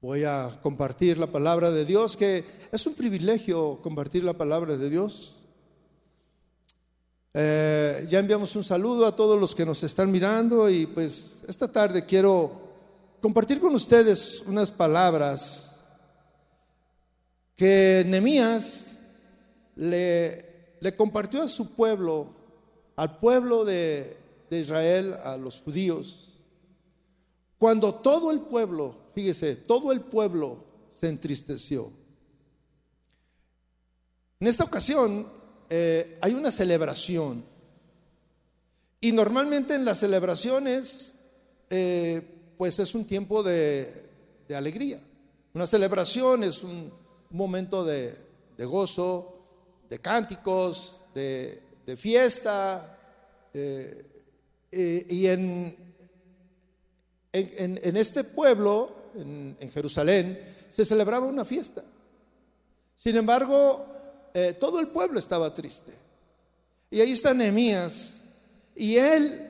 Voy a compartir la palabra de Dios, que es un privilegio compartir la palabra de Dios. Ya enviamos un saludo a todos los que nos están mirando y pues esta tarde quiero compartir con ustedes unas palabras que Nehemías le compartió a su pueblo, al pueblo de Israel, a los judíos, cuando todo el pueblo, fíjese, todo el pueblo se entristeció. En esta ocasión hay una celebración, y normalmente en las celebraciones pues es un tiempo de alegría. Una celebración es un momento de gozo, de cánticos, de fiesta, y en este pueblo, en Jerusalén, se celebraba una fiesta. Sin embargo, todo el pueblo estaba triste. Y ahí está Nehemías, y él,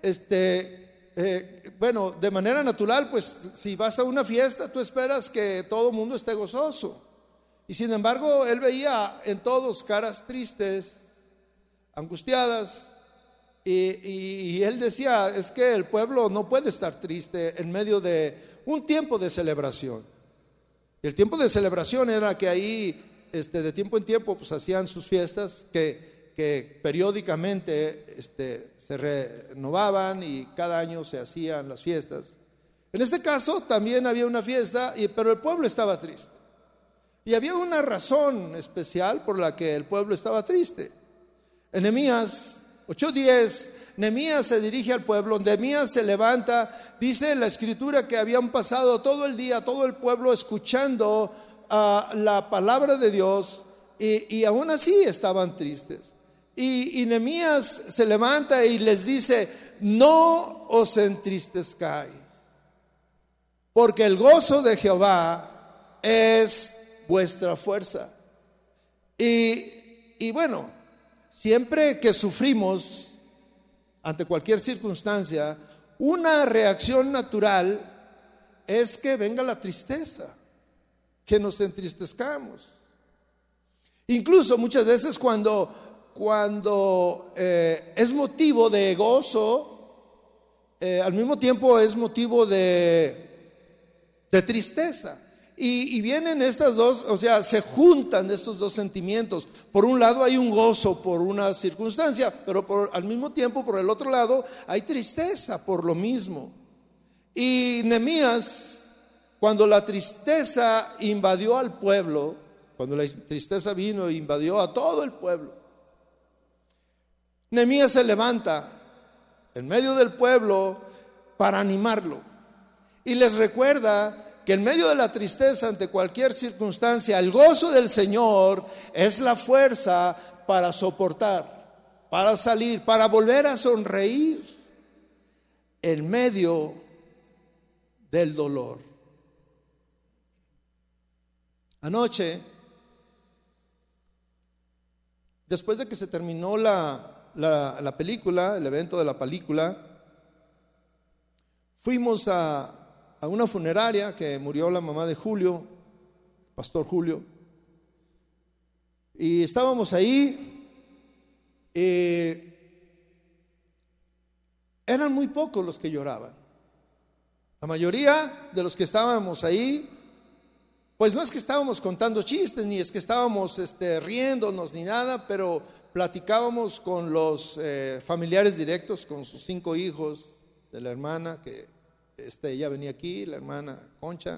bueno, de manera natural, pues si vas a una fiesta, tú esperas que todo el mundo esté gozoso. Y sin embargo, él veía en todos caras tristes, angustiadas. Y él decía, es que el pueblo no puede estar triste en medio de un tiempo de celebración. Y el tiempo de celebración era que ahí, de tiempo en tiempo, pues hacían sus fiestas que periódicamente se renovaban, y cada año se hacían las fiestas. En este caso también había una fiesta, pero el pueblo estaba triste. Y había una razón especial por la que el pueblo estaba triste. En Nehemías 8:10, Nehemías se dirige al pueblo. Nehemías se levanta. Dice en la escritura que habían pasado todo el día, todo el pueblo escuchando la palabra de Dios, y aún así estaban tristes. Y Nehemías se levanta y les dice: no os entristezcáis, porque el gozo de Jehová es vuestra fuerza. Y bueno, siempre que sufrimos ante cualquier circunstancia, una reacción natural es que venga la tristeza, que nos entristezcamos. Incluso muchas veces cuando es motivo de gozo, al mismo tiempo es motivo de tristeza. Y vienen estas dos, o sea, se juntan estos dos sentimientos. Por un lado hay un gozo por una circunstancia, pero al mismo tiempo, por el otro lado, hay tristeza por lo mismo. Y Nehemías, cuando la tristeza invadió al pueblo, cuando la tristeza vino e invadió a todo el pueblo, Nehemías se levanta en medio del pueblo para animarlo, y les recuerda que en medio de la tristeza, ante cualquier circunstancia, el gozo del Señor es la fuerza para soportar, para salir, para volver a sonreír en medio del dolor. Anoche, después de que se terminó la película, el evento de la película, fuimos a una funeraria que murió la mamá de Julio, pastor Julio, y estábamos ahí. Eran muy pocos los que lloraban. La mayoría de los que estábamos ahí, pues no es que estábamos contando chistes, ni es que estábamos riéndonos ni nada, pero platicábamos con los familiares directos, con sus 5 hijos de la hermana, que ella venía aquí, la hermana Concha,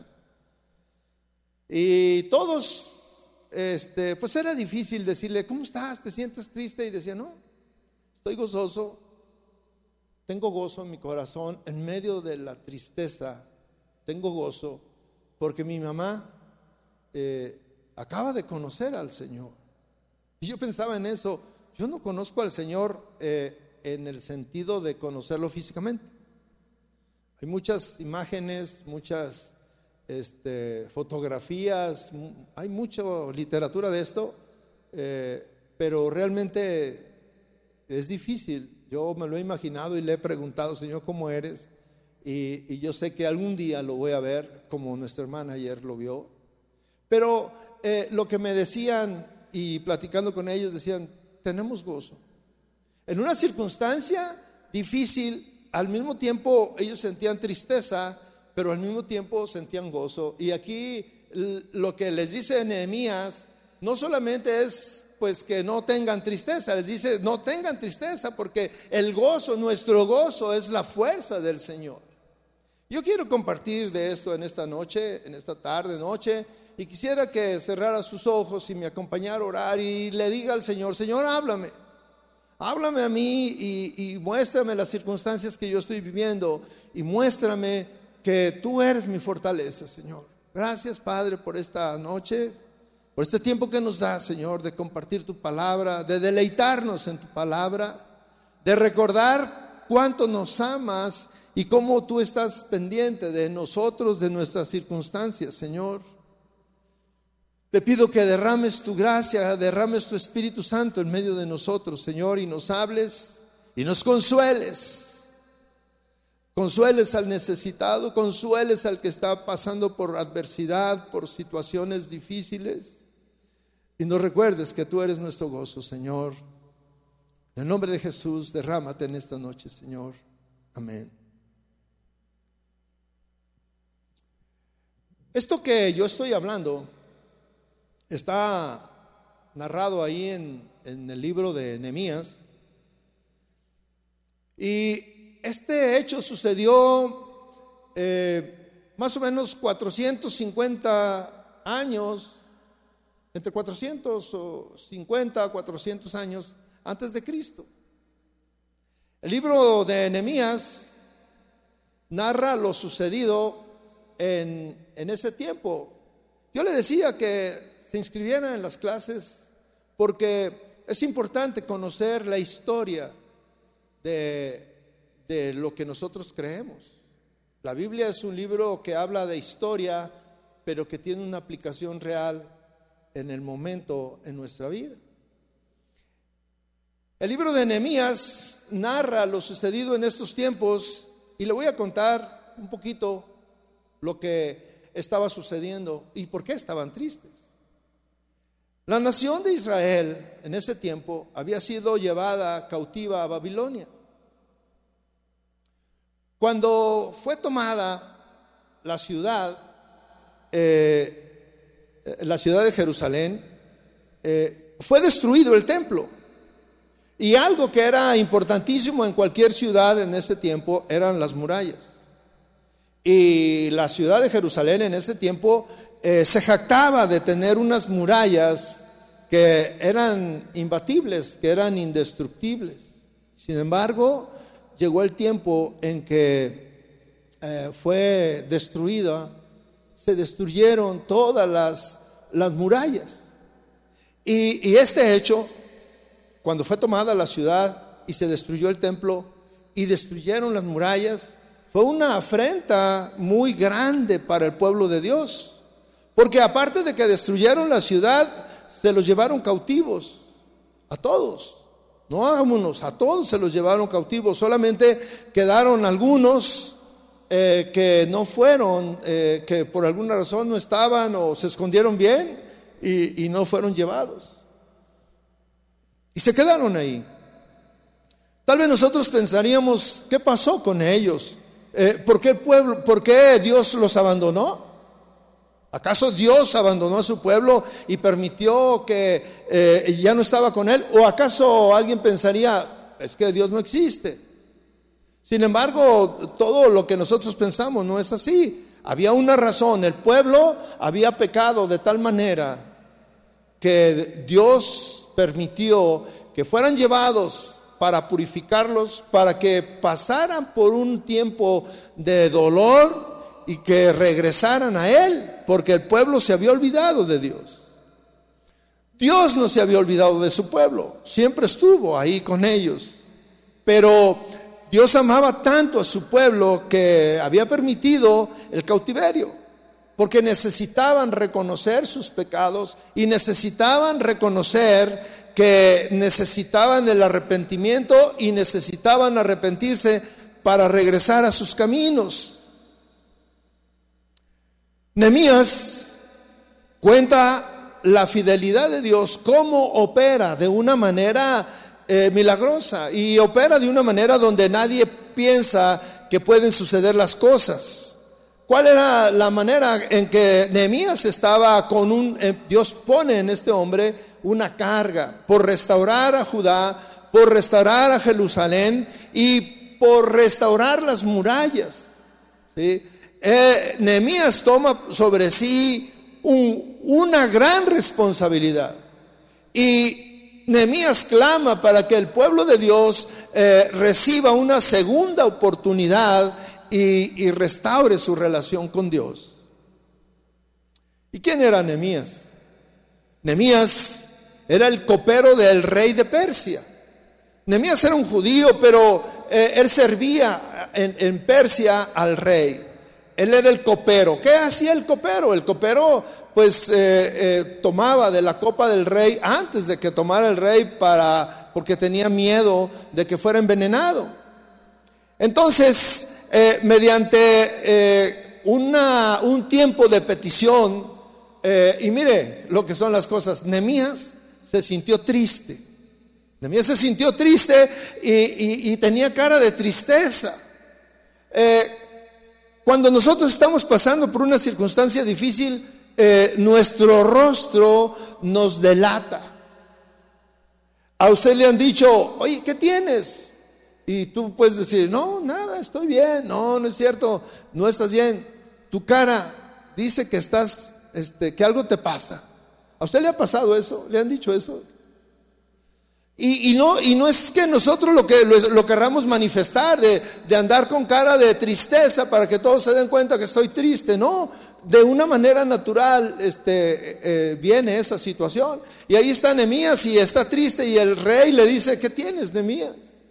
y todos, pues era difícil decirle: ¿cómo estás? ¿Te sientes triste? Y decía: no, estoy gozoso, tengo gozo en mi corazón, en medio de la tristeza tengo gozo, porque mi mamá acaba de conocer al Señor. Y yo pensaba en eso. Yo no conozco al Señor en el sentido de conocerlo físicamente. Hay muchas imágenes, muchas fotografías, hay mucha literatura de esto, pero realmente es difícil. Yo me lo he imaginado y le he preguntado: Señor, ¿cómo eres? y yo sé que algún día lo voy a ver, como nuestra hermana ayer lo vio. Pero lo que me decían, y platicando con ellos, decían: tenemos gozo. En una circunstancia difícil, al mismo tiempo ellos sentían tristeza, pero al mismo tiempo sentían gozo. Y aquí lo que les dice Nehemías no solamente es pues que no tengan tristeza, les dice: no tengan tristeza, porque el gozo, nuestro gozo, es la fuerza del Señor. Yo quiero compartir de esto en esta noche, en esta tarde, noche, y quisiera que cerrara sus ojos y me acompañara a orar y le diga al Señor: Señor, háblame a mí y muéstrame las circunstancias que yo estoy viviendo, y muéstrame que tú eres mi fortaleza, Señor. Gracias, Padre, por esta noche, por este tiempo que nos da, Señor, de compartir tu palabra, de deleitarnos en tu palabra, de recordar cuánto nos amas y cómo tú estás pendiente de nosotros, de nuestras circunstancias, Señor. Te pido que derrames tu gracia, derrames tu Espíritu Santo en medio de nosotros, Señor, y nos hables y nos consueles. Consueles al necesitado, consueles al que está pasando por adversidad, por situaciones difíciles. Y nos recuerdes que tú eres nuestro gozo, Señor. En el nombre de Jesús, derrámate en esta noche, Señor. Amén. Esto que yo estoy hablando está narrado ahí en el libro de Nehemías. Y este hecho sucedió más o menos 450 años, entre 450 a 400 años antes de Cristo. El libro de Nehemías narra lo sucedido en ese tiempo. Yo le decía que se inscribieran en las clases porque es importante conocer la historia de lo que nosotros creemos. La Biblia es un libro que habla de historia, pero que tiene una aplicación real en el momento en nuestra vida. El libro de Nehemías narra lo sucedido en estos tiempos, y le voy a contar un poquito lo que estaba sucediendo y por qué estaban tristes. La nación de Israel en ese tiempo había sido llevada cautiva a Babilonia. Cuando fue tomada la ciudad de Jerusalén, fue destruido el templo. Y algo que era importantísimo en cualquier ciudad en ese tiempo eran las murallas. Y la ciudad de Jerusalén en ese tiempo se jactaba de tener unas murallas que eran imbatibles, que eran indestructibles. Sin embargo, llegó el tiempo en que fue destruida, se destruyeron todas las murallas. Y este hecho, cuando fue tomada la ciudad y se destruyó el templo y destruyeron las murallas, fue una afrenta muy grande para el pueblo de Dios, porque aparte de que destruyeron la ciudad, se los llevaron cautivos a todos, no a unos, a todos se los llevaron cautivos. Solamente quedaron algunos que no fueron, que por alguna razón no estaban o se escondieron bien y no fueron llevados y se quedaron ahí. Tal vez nosotros pensaríamos: ¿qué pasó con ellos? ¿Por qué Dios los abandonó? ¿Acaso Dios abandonó a su pueblo y permitió que ya no estaba con él? ¿O acaso alguien pensaría: es que Dios no existe? Sin embargo, todo lo que nosotros pensamos no es así. Había una razón: el pueblo había pecado de tal manera que Dios permitió que fueran llevados para purificarlos, para que pasaran por un tiempo de dolor y que regresaran a Él, porque el pueblo se había olvidado de Dios. Dios no se había olvidado de su pueblo, siempre estuvo ahí con ellos, pero Dios amaba tanto a su pueblo que había permitido el cautiverio, porque necesitaban reconocer sus pecados y necesitaban reconocer que necesitaban el arrepentimiento y necesitaban arrepentirse para regresar a sus caminos. Nehemías cuenta la fidelidad de Dios, cómo opera de una manera milagrosa, y opera de una manera donde nadie piensa que pueden suceder las cosas. ¿Cuál era la manera en que Nehemías estaba con Dios pone en este hombre una carga por restaurar a Judá, por restaurar a Jerusalén y por restaurar las murallas, ¿sí? Nehemías toma sobre sí una gran responsabilidad, y Nehemías clama para que el pueblo de Dios reciba una segunda oportunidad y restaure su relación con Dios. ¿Y quién era Nehemías? Nehemías era el copero del rey de Persia. Nehemías era un judío, pero él servía en Persia al rey. Él era el copero. ¿Qué hacía el copero? El copero pues tomaba de la copa del rey antes de que tomara el rey, porque tenía miedo de que fuera envenenado. Entonces, mediante un tiempo de petición, y mire lo que son las cosas, Nehemías se sintió triste. Nehemías se sintió triste y tenía cara de tristeza. Cuando nosotros estamos pasando por una circunstancia difícil, nuestro rostro nos delata. A usted le han dicho: oye, ¿qué tienes? Y tú puedes decir: no, nada, estoy bien. No, no es cierto, no estás bien. Tu cara dice que estás, que algo te pasa. ¿A usted le ha pasado eso? ¿Le han dicho eso? Y no es que nosotros lo querramos manifestar de andar con cara de tristeza para que todos se den cuenta que estoy triste. No, de una manera natural viene esa situación. Y ahí está Nehemías y está triste, y el rey le dice: ¿qué tienes, Nehemías?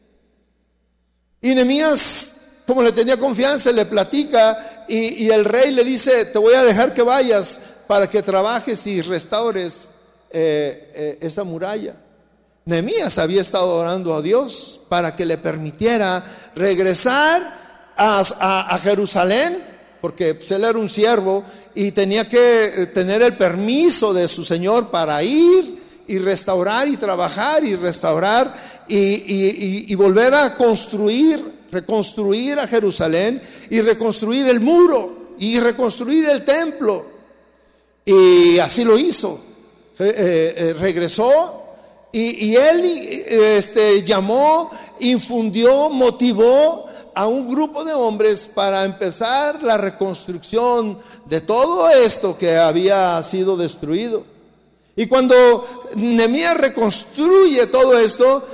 Y Nehemías, como le tenía confianza, le platica, y el rey le dice: te voy a dejar que vayas para que trabajes y restaures esa muralla. Nehemías había estado orando a Dios para que le permitiera regresar a Jerusalén, porque pues, él era un siervo y tenía que tener el permiso de su Señor para ir y restaurar y trabajar y restaurar y volver a reconstruir a Jerusalén, y reconstruir el muro y reconstruir el templo. Y así lo hizo. Regresó. Y él llamó, infundió, motivó a un grupo de hombres para empezar la reconstrucción de todo esto que había sido destruido. Y cuando Nehemías reconstruye todo esto,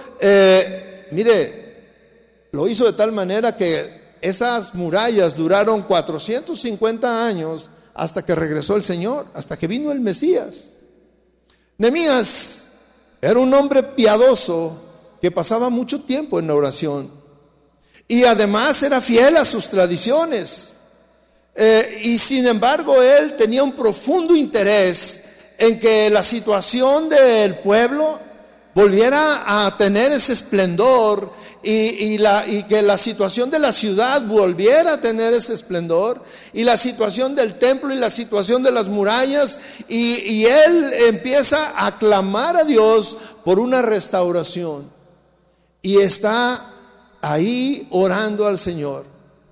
mire, lo hizo de tal manera que esas murallas duraron 450 años hasta que regresó el Señor, hasta que vino el Mesías. Nehemías era un hombre piadoso que pasaba mucho tiempo en la oración, y además era fiel a sus tradiciones, y sin embargo él tenía un profundo interés en que la situación del pueblo volviera a tener ese esplendor, y que la situación de la ciudad volviera a tener ese esplendor, y la situación del templo y la situación de las murallas, y él empieza a clamar a Dios por una restauración, y está ahí orando al Señor.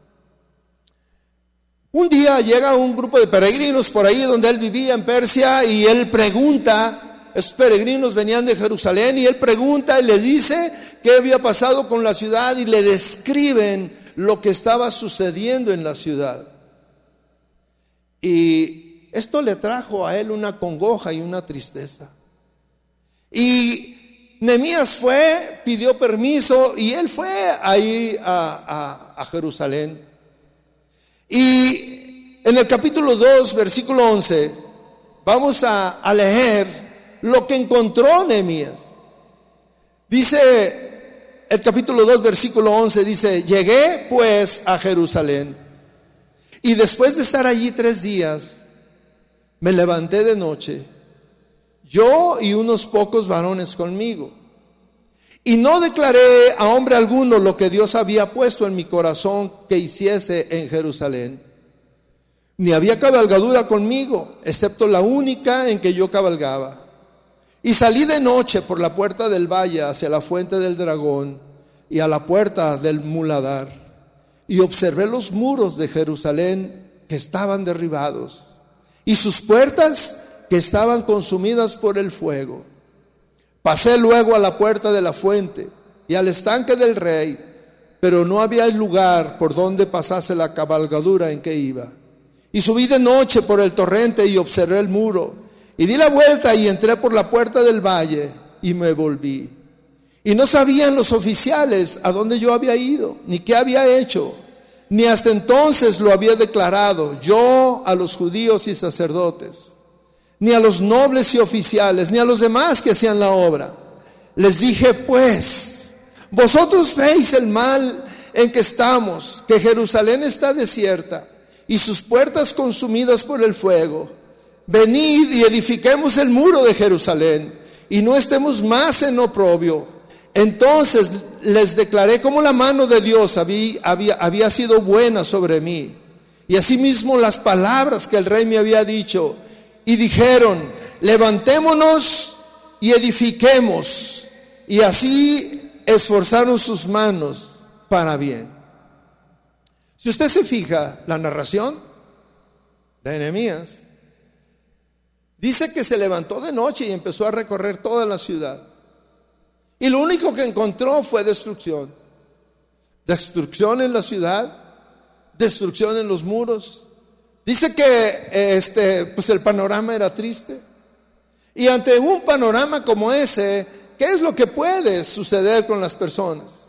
Un día llega un grupo de peregrinos por ahí donde él vivía en Persia, y él pregunta. Esos peregrinos venían de Jerusalén, y él pregunta y les dice qué había pasado con la ciudad, y le describen lo que estaba sucediendo en la ciudad. Y esto le trajo a él una congoja y una tristeza. Y Nehemías pidió permiso, y él fue ahí a Jerusalén. Y en el capítulo 2, versículo 11, vamos a leer lo que encontró Nehemías. Dice el capítulo 2, versículo 11, dice: llegué pues a Jerusalén, y después de estar allí 3 días, me levanté de noche, yo y unos pocos varones conmigo, Y no declaré a hombre alguno lo que Dios había puesto en mi corazón que hiciese en Jerusalén. Ni había cabalgadura conmigo, excepto la única en que yo cabalgaba. Y salí de noche por la puerta del valle hacia la fuente del dragón y a la puerta del muladar. Y observé los muros de Jerusalén que estaban derribados y sus puertas que estaban consumidas por el fuego. Pasé luego a la puerta de la fuente y al estanque del rey, pero no había lugar por donde pasase la cabalgadura en que iba. Y subí de noche por el torrente y observé el muro, y di la vuelta y entré por la puerta del valle y me volví. Y no sabían los oficiales a dónde yo había ido, ni qué había hecho, ni hasta entonces lo había declarado yo a los judíos y sacerdotes, ni a los nobles y oficiales, ni a los demás que hacían la obra. Les dije, pues, vosotros veis el mal en que estamos, que Jerusalén está desierta y sus puertas consumidas por el fuego. Venid y edifiquemos el muro de Jerusalén y no estemos más en oprobio. Entonces les declaré cómo la mano de Dios había sido buena sobre mí, y asimismo las palabras que el rey me había dicho. Y dijeron, levantémonos y edifiquemos. Y así esforzaron sus manos para bien. Si usted se fija, la narración de Nehemías dice que se levantó de noche y empezó a recorrer toda la ciudad. Y lo único que encontró fue destrucción. Destrucción en la ciudad, destrucción en los muros. Dice que pues el panorama era triste. Y ante un panorama como ese, ¿qué es lo que puede suceder con las personas?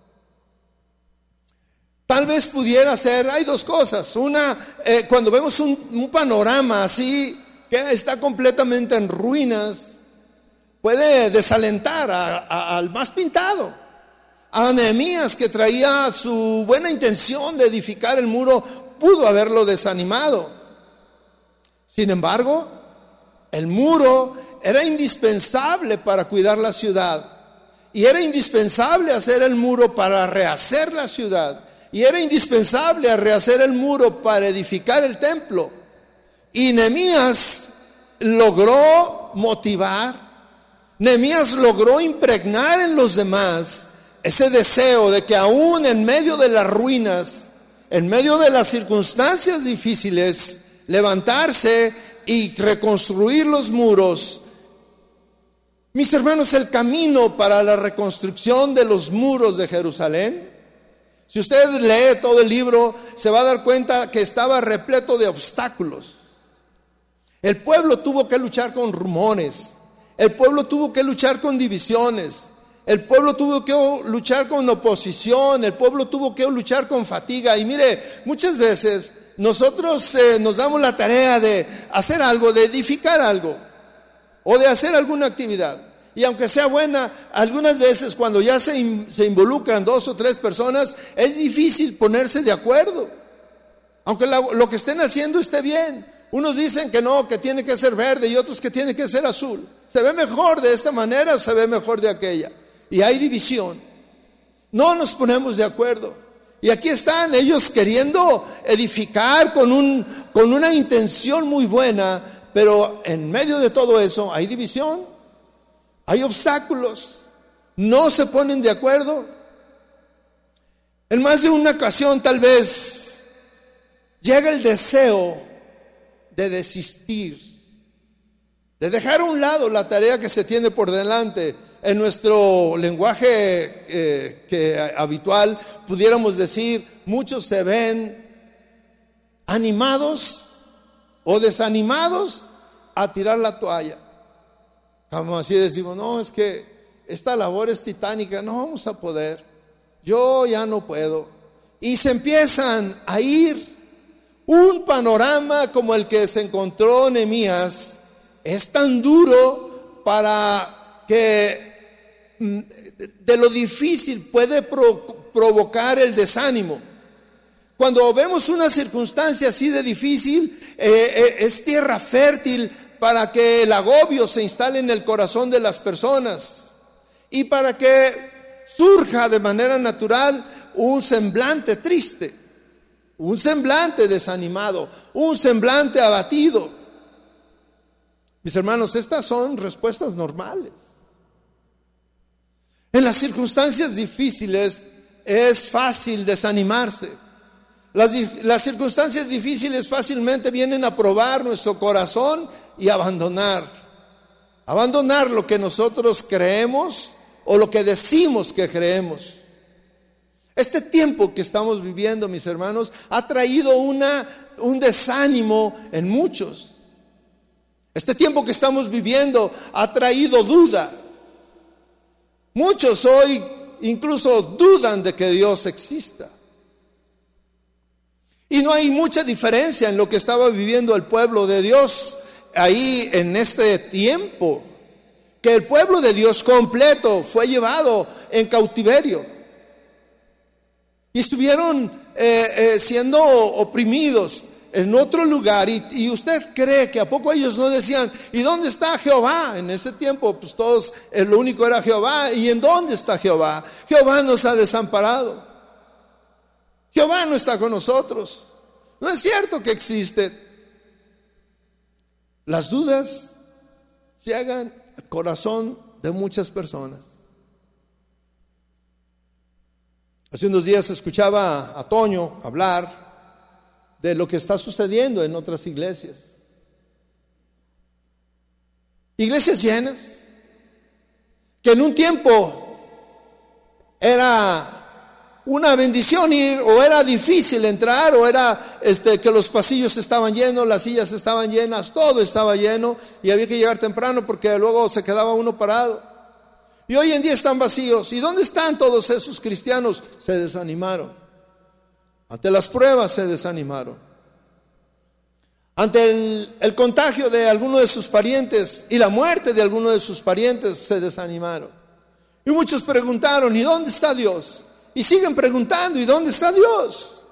Tal vez pudiera ser, hay dos cosas. Una, cuando vemos un panorama así, que está completamente en ruinas, puede desalentar al más pintado. A Nehemías, que traía su buena intención de edificar el muro, pudo haberlo desanimado. Sin embargo, el muro era indispensable para cuidar la ciudad, y era indispensable hacer el muro para rehacer la ciudad, y era indispensable rehacer el muro para edificar el templo. Y Nehemías logró motivar, Nehemías logró impregnar en los demás ese deseo de que aún en medio de las ruinas, en medio de las circunstancias difíciles, levantarse y reconstruir los muros. Mis hermanos, el camino para la reconstrucción de los muros de Jerusalén, si usted lee todo el libro, se va a dar cuenta que estaba repleto de obstáculos. El pueblo tuvo que luchar con rumores, el pueblo tuvo que luchar con divisiones, el pueblo tuvo que luchar con oposición, el pueblo tuvo que luchar con fatiga. Y mire, muchas veces nosotros nos damos la tarea de hacer algo, de edificar algo, o de hacer alguna actividad. Y aunque sea buena, algunas veces cuando ya se involucran 2 o 3 personas, es difícil ponerse de acuerdo. Aunque lo que estén haciendo esté bien. Unos dicen que no, que tiene que ser verde, y otros que tiene que ser azul. ¿Se ve mejor de esta manera o se ve mejor de aquella? Y hay división. No nos ponemos de acuerdo. Y aquí están ellos queriendo edificar con una intención muy buena, pero en medio de todo eso hay división, hay obstáculos, no se ponen de acuerdo. En más de una ocasión tal vez llega el deseo de desistir, de dejar a un lado la tarea que se tiene por delante. En nuestro lenguaje habitual pudiéramos decir, muchos se ven animados o desanimados a tirar la toalla. Como así decimos, no, es que esta labor es titánica, no vamos a poder, yo ya no puedo. Y se empiezan a ir. Un panorama como el que se encontró Nehemías es tan duro para que de lo difícil puede provocar el desánimo. Cuando vemos una circunstancia así de difícil, es tierra fértil para que el agobio se instale en el corazón de las personas. y para que surja de manera natural un semblante triste, un semblante desanimado, un semblante abatido. Mis hermanos, estas son respuestas normales. En las circunstancias difíciles es fácil desanimarse. Las circunstancias difíciles fácilmente vienen a probar nuestro corazón y abandonar lo que nosotros creemos o lo que decimos que creemos. Este tiempo que estamos viviendo, mis hermanos, ha traído un desánimo en muchos. Este tiempo que estamos viviendo ha traído duda. Muchos hoy incluso dudan de que Dios exista. Y no hay mucha diferencia en lo que estaba viviendo el pueblo de Dios ahí en este tiempo, que el pueblo de Dios completo fue llevado en cautiverio y estuvieron siendo oprimidos en otro lugar. Y usted cree que a poco ellos no decían: ¿y dónde está Jehová? En ese tiempo pues todos, lo único era Jehová. ¿Y en dónde está Jehová? Jehová nos ha desamparado, Jehová no está con nosotros. No es cierto que existe. Las dudas llegan al corazón de muchas personas. Hace unos días escuchaba a Toño hablar de lo que está sucediendo en otras iglesias. Iglesias llenas, que en un tiempo era una bendición ir, o era difícil entrar, o era que los pasillos estaban llenos, las sillas estaban llenas, todo estaba lleno y había que llegar temprano porque luego se quedaba uno parado. Y hoy en día están vacíos. ¿Y dónde están todos esos cristianos? Se desanimaron. Ante las pruebas se desanimaron. Ante el contagio de alguno de sus parientes y la muerte de alguno de sus parientes se desanimaron. Y muchos preguntaron: ¿y dónde está Dios? Y siguen preguntando: ¿y dónde está Dios?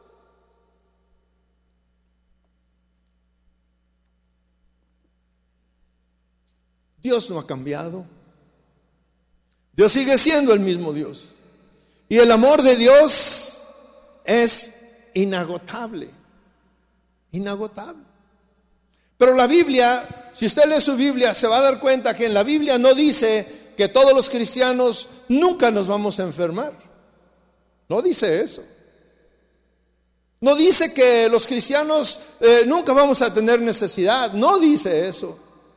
Dios no ha cambiado. Dios sigue siendo el mismo Dios. Y el amor de Dios es inagotable. Inagotable. Pero la Biblia, si usted lee su Biblia, se va a dar cuenta que en la Biblia no dice que todos los cristianos nunca nos vamos a enfermar. No dice eso. No dice que los cristianos nunca vamos a tener necesidad. No dice eso.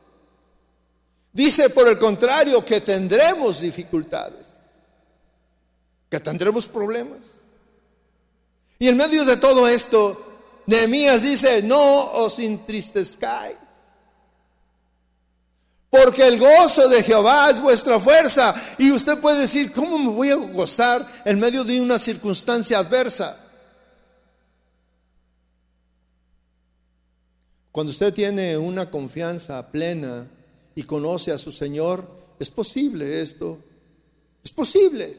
Dice, por el contrario, que tendremos dificultades, que tendremos problemas. Y en medio de todo esto, Nehemías dice: no os entristezcáis, porque el gozo de Jehová es vuestra fuerza. Y usted puede decir: ¿cómo me voy a gozar en medio de una circunstancia adversa? Cuando usted tiene una confianza plena y conoce a su Señor, es posible esto. Es posible.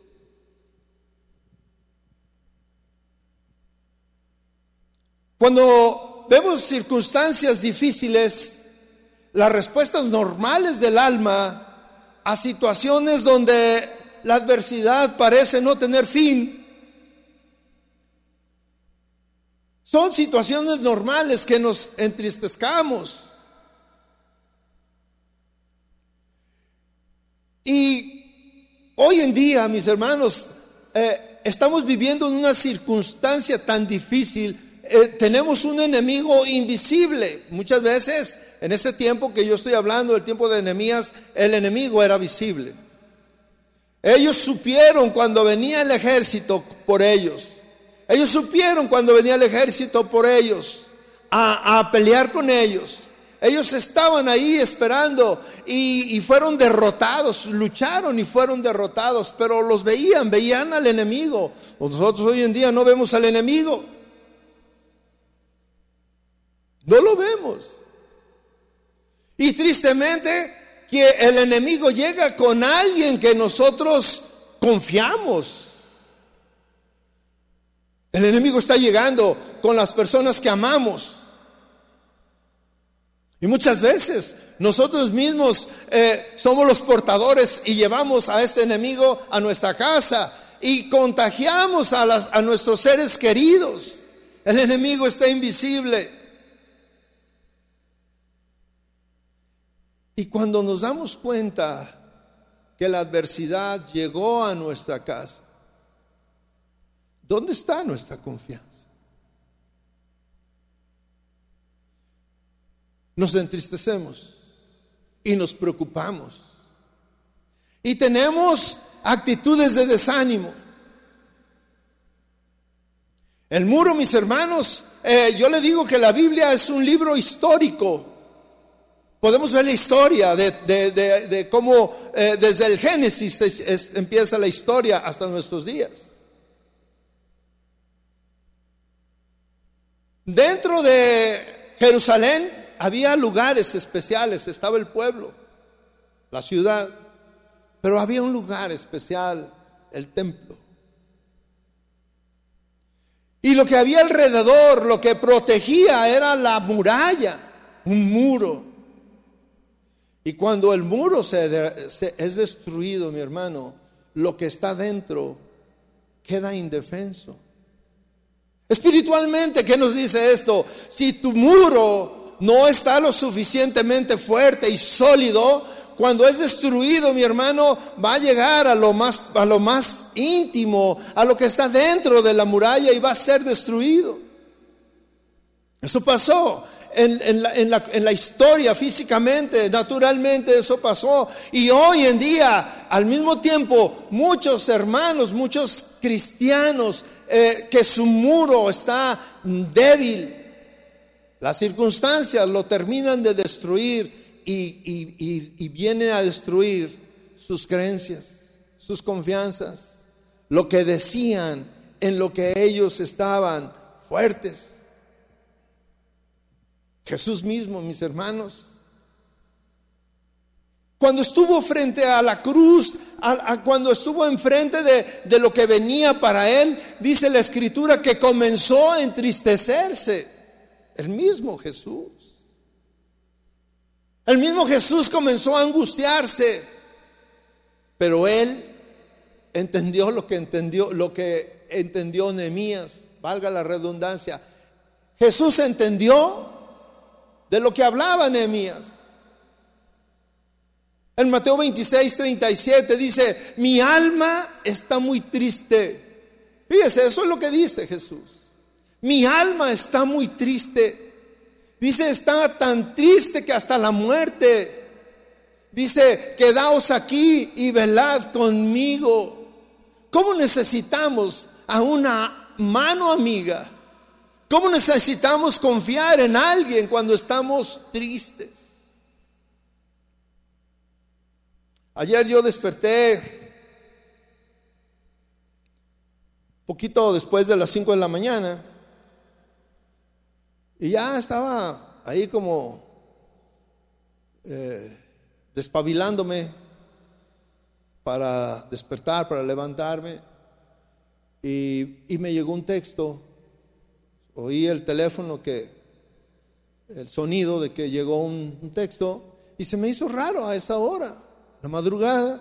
Cuando vemos circunstancias difíciles, las respuestas normales del alma a situaciones donde la adversidad parece no tener fin, son situaciones normales que nos entristezcamos. Y hoy en día, mis hermanos, estamos viviendo en una circunstancia tan difícil. Tenemos un enemigo invisible. Muchas veces, en ese tiempo que yo estoy hablando, el tiempo de Nehemías, el enemigo era visible. Ellos supieron cuando venía el ejército por ellos. Ellos supieron cuando venía el ejército por ellos a pelear con ellos. Ellos estaban ahí esperando y fueron derrotados, lucharon y fueron derrotados, pero los veían al enemigo. Nosotros hoy en día no vemos al enemigo. No lo vemos. Y tristemente que el enemigo llega con alguien que nosotros confiamos. El enemigo está llegando con las personas que amamos. Y muchas veces nosotros mismos somos los portadores y llevamos a este enemigo a nuestra casa y contagiamos a nuestros seres queridos. El enemigo está invisible. Y cuando nos damos cuenta que la adversidad llegó a nuestra casa, ¿dónde está nuestra confianza? Nos entristecemos y nos preocupamos y tenemos actitudes de desánimo. El muro, mis hermanos, yo le digo que la Biblia es un libro histórico. Podemos ver la historia de cómo desde el Génesis empieza la historia hasta nuestros días. Dentro de Jerusalén había lugares especiales, estaba el pueblo, la ciudad, pero había un lugar especial, el templo. Y lo que había alrededor, lo que protegía era la muralla, un muro. Y cuando el muro es destruido, mi hermano, lo que está dentro queda indefenso. Espiritualmente, ¿qué nos dice esto? Si tu muro no está lo suficientemente fuerte y sólido, cuando es destruido, mi hermano, va a llegar a lo más íntimo, a lo que está dentro de la muralla, y va a ser destruido. Eso pasó en la historia, físicamente, naturalmente eso pasó. Y hoy en día, al mismo tiempo, muchos hermanos, muchos cristianos, que su muro está débil, las circunstancias lo terminan de destruir y vienen a destruir sus creencias, sus confianzas, lo que decían, en lo que ellos estaban fuertes. Jesús mismo, mis hermanos, cuando estuvo frente a la cruz, cuando estuvo enfrente de lo que venía para él, dice la Escritura que comenzó a entristecerse. El mismo Jesús. El mismo Jesús comenzó a angustiarse, pero él entendió lo que entendió Nehemías, valga la redundancia. Jesús entendió de lo que hablaba Nehemías. En Mateo 26:37 dice: mi alma está muy triste. Fíjese, eso es lo que dice Jesús. Mi alma está muy triste. Dice, está tan triste que hasta la muerte. Dice, quedaos aquí y velad conmigo. ¿Cómo necesitamos a una mano amiga? ¿Cómo necesitamos confiar en alguien cuando estamos tristes? Ayer yo desperté poquito después de las 5 de la mañana y ya estaba ahí como despabilándome para despertar, para levantarme, y me llegó un texto. Oí el teléfono, el sonido de que llegó un texto, y se me hizo raro a esa hora, la madrugada,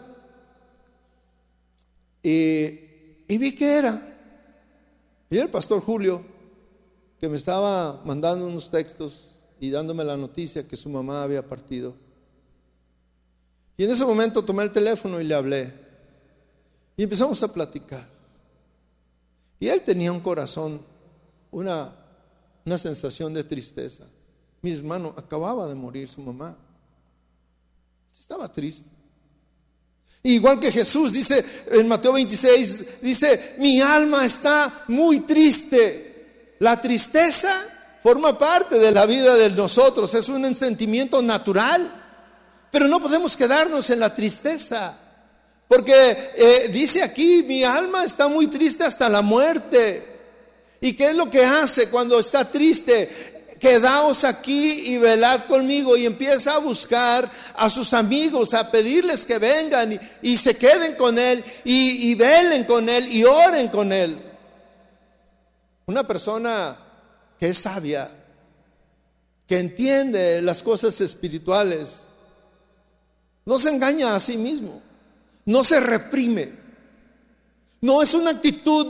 y vi que era el pastor Julio, que me estaba mandando unos textos y dándome la noticia que su mamá había partido. Y en ese momento tomé el teléfono y le hablé, y empezamos a platicar. Y él tenía un corazón, una sensación de tristeza. Mi hermano, acababa de morir su mamá, estaba triste. Igual que Jesús dice en Mateo 26, dice: mi alma está muy triste. La tristeza forma parte de la vida de nosotros, es un sentimiento natural, pero no podemos quedarnos en la tristeza, porque dice aquí: mi alma está muy triste hasta la muerte. ¿Y qué es lo que hace cuando está triste? Quedaos aquí y velad conmigo, y empieza a buscar a sus amigos, a pedirles que vengan y se queden con él, y velen con él y oren con él. Una persona que es sabia que entiende las cosas espirituales, no se engaña a sí mismo, no se reprime. No es una actitud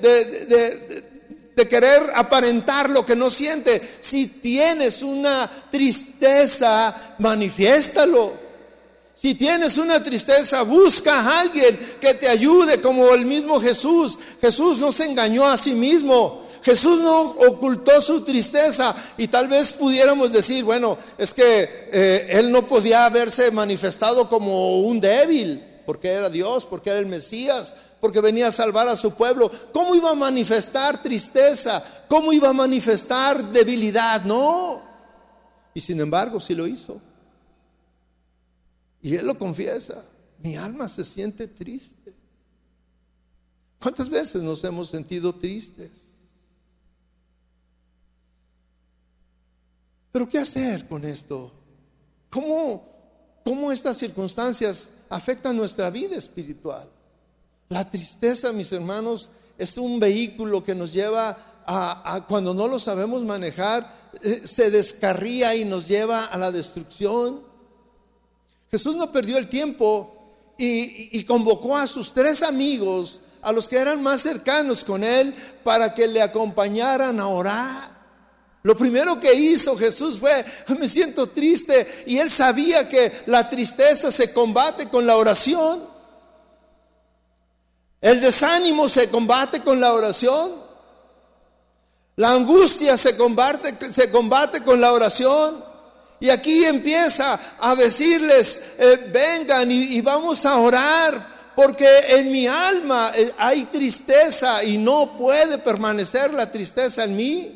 de querer aparentar lo que no siente. Si tienes una tristeza, manifiéstalo. Si tienes una tristeza, busca a alguien que te ayude, como el mismo Jesús. Jesús no se engañó a sí mismo. Jesús no ocultó su tristeza. Y tal vez pudiéramos decir, bueno, es que él no podía haberse manifestado como un débil, porque era Dios, porque era el Mesías, porque venía a salvar a su pueblo. ¿Cómo iba a manifestar tristeza? ¿Cómo iba a manifestar debilidad? No. Y sin embargo sí lo hizo. Y él lo confiesa: mi alma se siente triste. ¿Cuántas veces nos hemos sentido tristes? Pero ¿qué hacer con esto? ¿Cómo estas circunstancias afectan nuestra vida espiritual? La tristeza, mis hermanos, es un vehículo que nos lleva a cuando no lo sabemos manejar, se descarría y nos lleva a la destrucción. Jesús no perdió el tiempo y convocó a sus 3 amigos, a los que eran más cercanos con él, para que le acompañaran a orar. Lo primero que hizo Jesús fue: me siento triste. Y él sabía que la tristeza se combate con la oración. El desánimo se combate con la oración. La angustia se combate con la oración. Y aquí empieza a decirles: vengan y vamos a orar, porque en mi alma hay tristeza y no puede permanecer la tristeza en mí.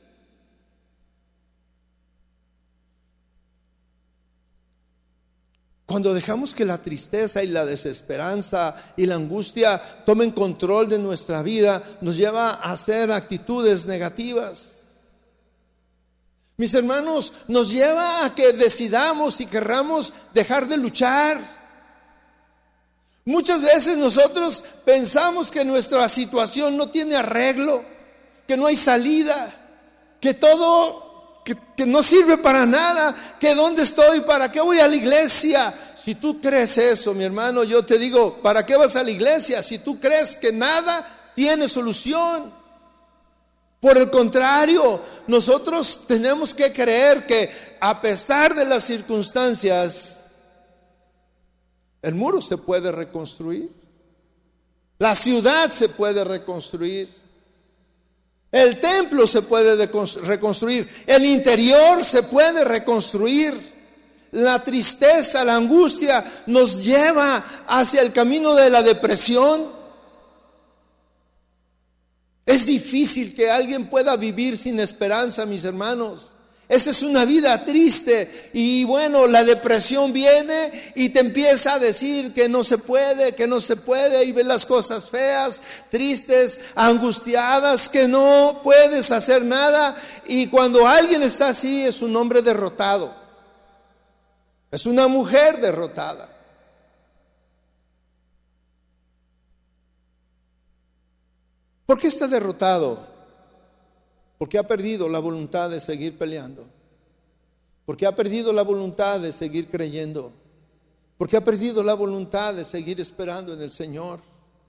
Cuando dejamos que la tristeza y la desesperanza y la angustia tomen control de nuestra vida, nos lleva a hacer actitudes negativas. Mis hermanos, nos lleva a que decidamos y querramos dejar de luchar. Muchas veces nosotros pensamos que nuestra situación no tiene arreglo, que no hay salida, que todo que no sirve para nada, que dónde estoy, para qué voy a la iglesia. Si tú crees eso, mi hermano, yo te digo: ¿para qué vas a la iglesia? Si tú crees que nada tiene solución. Por el contrario, nosotros tenemos que creer que a pesar de las circunstancias, el muro se puede reconstruir, la ciudad se puede reconstruir, el templo se puede reconstruir, el interior se puede reconstruir. La tristeza, la angustia nos lleva hacia el camino de la depresión. Es difícil que alguien pueda vivir sin esperanza, mis hermanos. Esa es una vida triste. Y bueno, la depresión viene y te empieza a decir que no se puede, y ves las cosas feas, tristes, angustiadas, que no puedes hacer nada. Y cuando alguien está así, es un hombre derrotado, es una mujer derrotada. ¿Por qué está derrotado? Porque ha perdido la voluntad de seguir peleando. Porque ha perdido la voluntad de seguir creyendo. Porque ha perdido la voluntad de seguir esperando en el Señor.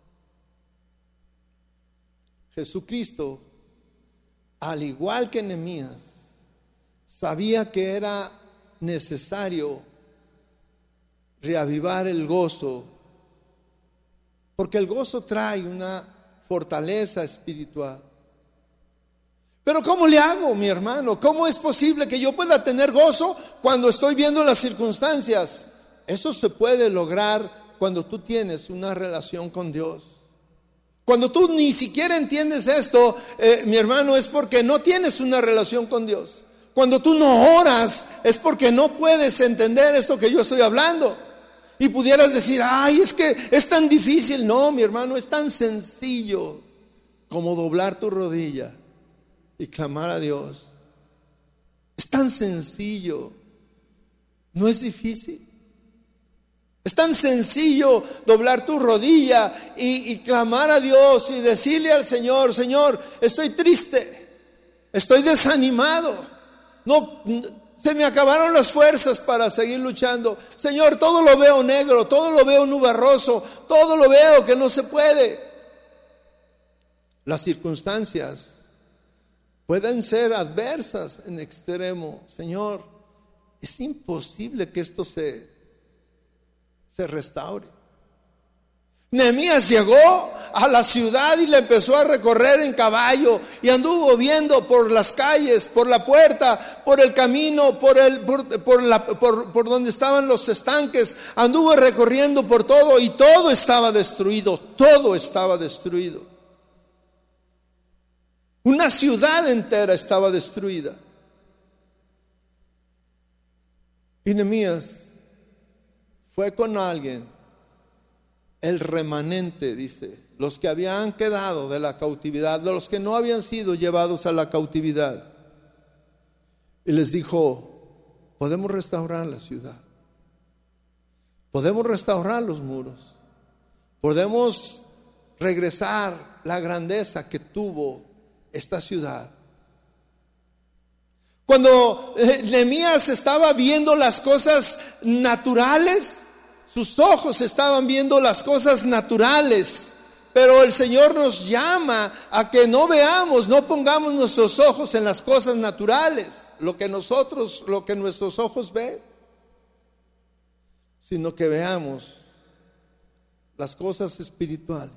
Jesucristo, al igual que Nehemías, sabía que era necesario reavivar el gozo, porque el gozo trae una fortaleza espiritual. Pero ¿cómo le hago, mi hermano? ¿Cómo es posible que yo pueda tener gozo cuando estoy viendo las circunstancias? Eso se puede lograr cuando tú tienes una relación con Dios. Cuando tú ni siquiera entiendes esto, mi hermano, es porque no tienes una relación con Dios. Cuando tú no oras, es porque no puedes entender esto que yo estoy hablando. Y pudieras decir: ay, es que es tan difícil. No, mi hermano, es tan sencillo como doblar tu rodilla y clamar a Dios. Es tan sencillo, no es difícil. Es tan sencillo doblar tu rodilla y clamar a Dios y decirle al Señor: Señor, estoy triste, estoy desanimado, No, se me acabaron las fuerzas para seguir luchando. Señor, todo lo veo negro, todo lo veo nubarroso, todo lo veo que no se puede. Las circunstancias pueden ser adversas en extremo. Señor, es imposible que esto se restaure. Nehemías llegó a la ciudad y la empezó a recorrer en caballo y anduvo viendo por las calles, por la puerta, por el camino, por donde estaban los estanques. Anduvo recorriendo por todo y todo estaba destruido, todo estaba destruido. Una ciudad entera estaba destruida. Y Nehemías fue con alguien, el remanente, dice, los que habían quedado de la cautividad, de los que no habían sido llevados a la cautividad. Y les dijo: podemos restaurar la ciudad, podemos restaurar los muros, podemos regresar la grandeza que tuvo esta ciudad. Cuando Nehemías estaba viendo las cosas naturales, sus ojos estaban viendo las cosas naturales, pero el Señor nos llama a que no veamos, no pongamos nuestros ojos en las cosas naturales, lo que nuestros ojos ven, sino que veamos las cosas espirituales.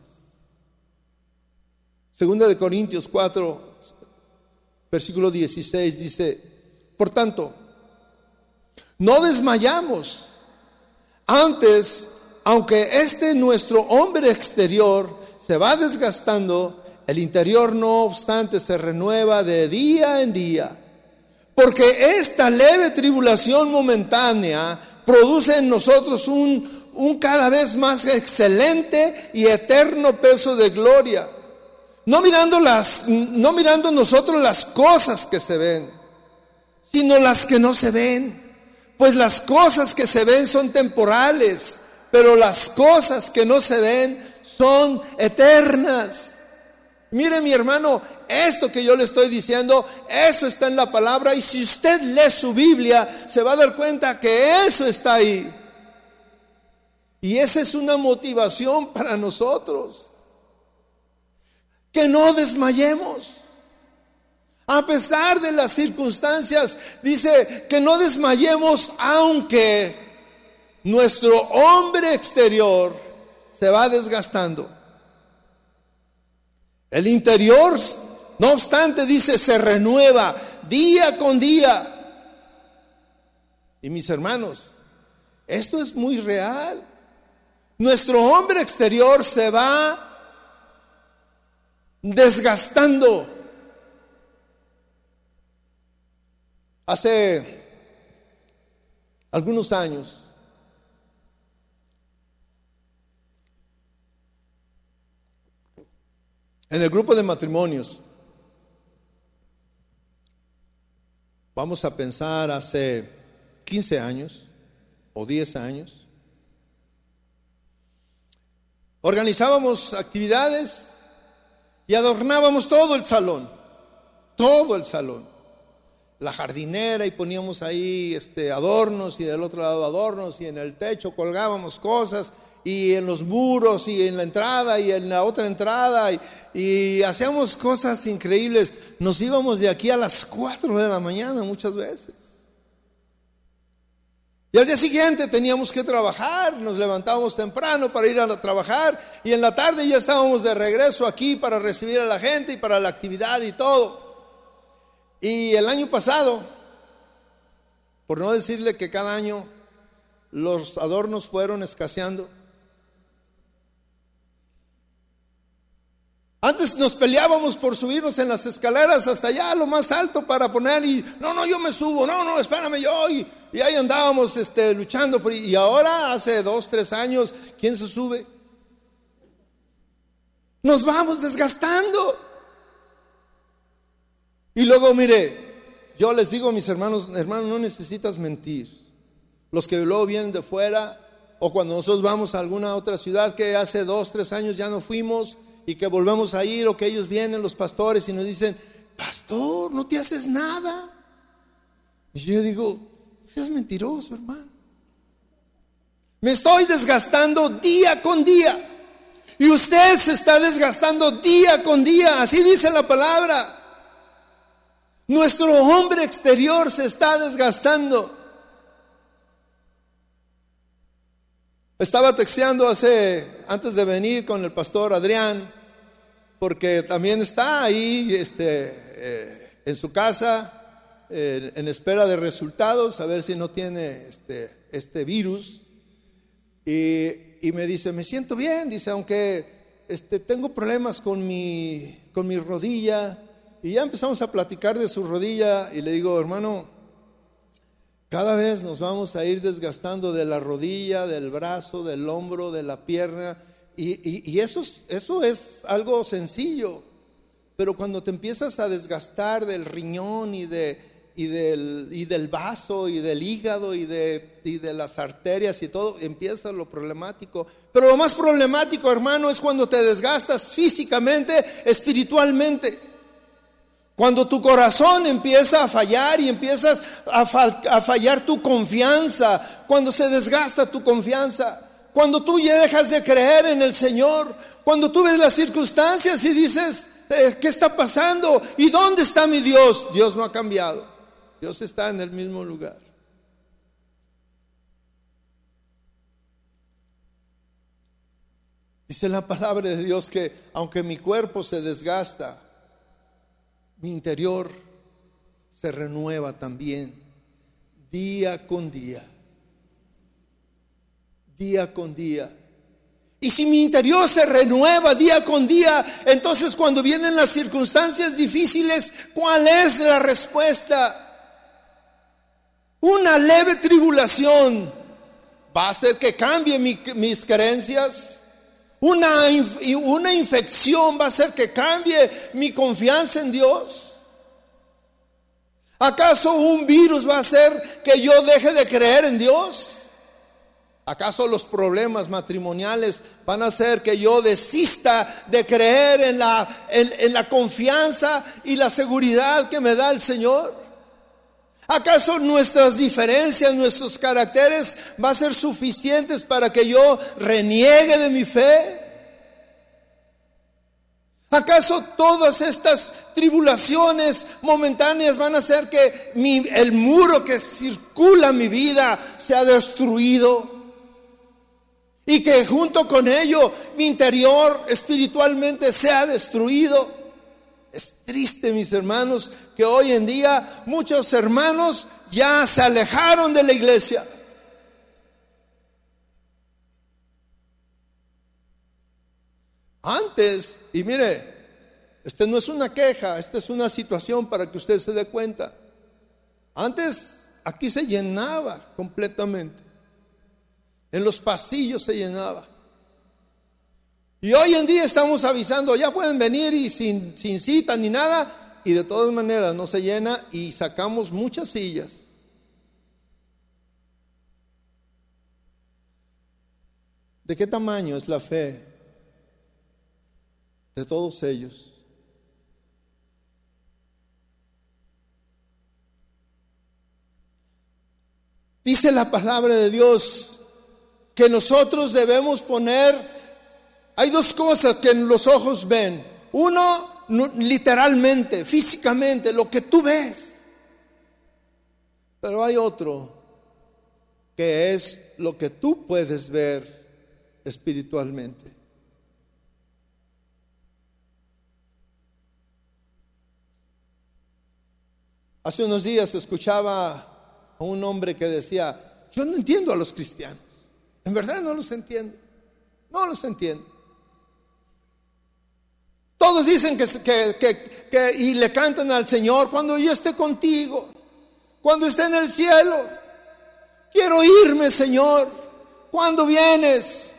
Segunda de Corintios 4, versículo 16 dice: por tanto, no desmayamos. Antes, aunque nuestro hombre exterior se va desgastando, el interior no obstante se renueva de día en día. Porque esta leve tribulación momentánea produce en nosotros un cada vez más excelente y eterno peso de gloria. No mirando nosotros las cosas que se ven, sino las que no se ven. Pues las cosas que se ven son temporales, pero las cosas que no se ven son eternas. Mire, mi hermano, esto que yo le estoy diciendo, eso está en la palabra, y si usted lee su Biblia, se va a dar cuenta que eso está ahí. Y esa es una motivación para nosotros, que no desmayemos. A pesar de las circunstancias, dice que no desmayemos, aunque nuestro hombre exterior se va desgastando. El interior, no obstante, dice, se renueva día con día. Y mis hermanos, esto es muy real. Nuestro hombre exterior se va desgastando. Hace algunos años, en el grupo de matrimonios, vamos a pensar hace 15 años o 10 años, organizábamos actividades y adornábamos todo el salón, la jardinera, y poníamos ahí adornos, y del otro lado adornos, y en el techo colgábamos cosas, y en los muros, y en la entrada, y en la otra entrada, y hacíamos cosas increíbles. Nos íbamos de aquí a las 4 de la mañana muchas veces, y al día siguiente teníamos que trabajar. Nos levantábamos temprano para ir a trabajar, y en la tarde ya estábamos de regreso aquí para recibir a la gente y para la actividad y todo. Y el año pasado, por no decirle que cada año los adornos fueron escaseando. Antes nos peleábamos por subirnos en las escaleras hasta allá, lo más alto, para poner, y no, yo me subo, no, espérame yo, y ahí andábamos luchando y ahora, hace 2, 3 años, ¿quién se sube? Nos vamos desgastando. Y luego, mire, yo les digo a mis hermanos, no necesitas mentir. Los que luego vienen de fuera, o cuando nosotros vamos a alguna otra ciudad que hace 2, 3 años ya no fuimos y que volvemos a ir, o que ellos vienen, los pastores, y nos dicen: pastor, no te haces nada. Y yo digo, es mentiroso, hermano. Me estoy desgastando día con día. Y usted se está desgastando día con día. Así dice la palabra. Nuestro hombre exterior se está desgastando. Estaba texteando antes de venir con el pastor Adrián, porque también está ahí en su casa en espera de resultados, a ver si no tiene este virus. Y me dice, me siento bien, dice, aunque tengo problemas con mi rodilla. Y ya empezamos a platicar de su rodilla y le digo, hermano, cada vez nos vamos a ir desgastando de la rodilla, del brazo, del hombro, de la pierna. Y eso es algo sencillo. Pero cuando te empiezas a desgastar del riñón y del vaso y del hígado y de las arterias y todo, empieza lo problemático. Pero lo más problemático, hermano, es cuando te desgastas físicamente, espiritualmente. Cuando tu corazón empieza a fallar y empiezas a fallar tu confianza, cuando se desgasta tu confianza, cuando tú ya dejas de creer en el Señor, cuando tú ves las circunstancias y dices, ¿qué está pasando? ¿Y dónde está mi Dios? Dios no ha cambiado, Dios está en el mismo lugar. Dice la palabra de Dios que aunque mi cuerpo se desgasta, mi interior se renueva también día con día, día con día. Y si mi interior se renueva día con día, entonces cuando vienen las circunstancias difíciles, ¿cuál es la respuesta? Una leve tribulación va a hacer que cambie mis creencias. Una infección va a hacer que cambie mi confianza en Dios. ¿Acaso un virus va a hacer que yo deje de creer en Dios? ¿Acaso los problemas matrimoniales van a hacer que yo desista de creer en la confianza y la seguridad que me da el Señor? ¿Acaso nuestras diferencias, nuestros caracteres van a ser suficientes para que yo reniegue de mi fe? ¿Acaso todas estas tribulaciones momentáneas van a hacer que el muro que circula mi vida sea destruido? Y que junto con ello mi interior espiritualmente sea destruido. Es triste, mis hermanos, que hoy en día muchos hermanos ya se alejaron de la iglesia. Antes, y mire, no es una queja, esta es una situación para que usted se dé cuenta. Antes aquí se llenaba completamente. En los pasillos se llenaba. Y hoy en día estamos avisando, ya pueden venir y sin cita ni nada. Y de todas maneras no se llena y sacamos muchas sillas. ¿De qué tamaño es la fe de todos ellos? Dice la palabra de Dios que nosotros debemos poner. Hay dos cosas que los ojos ven. Uno, literalmente, físicamente, lo que tú ves. Pero hay otro, que es lo que tú puedes ver espiritualmente. Hace unos días escuchaba a un hombre que decía, yo no entiendo a los cristianos. En verdad no los entiendo. No los entiendo. Todos dicen que y le cantan al Señor, cuando yo esté contigo, cuando esté en el cielo, quiero irme, Señor, ¿cuándo vienes?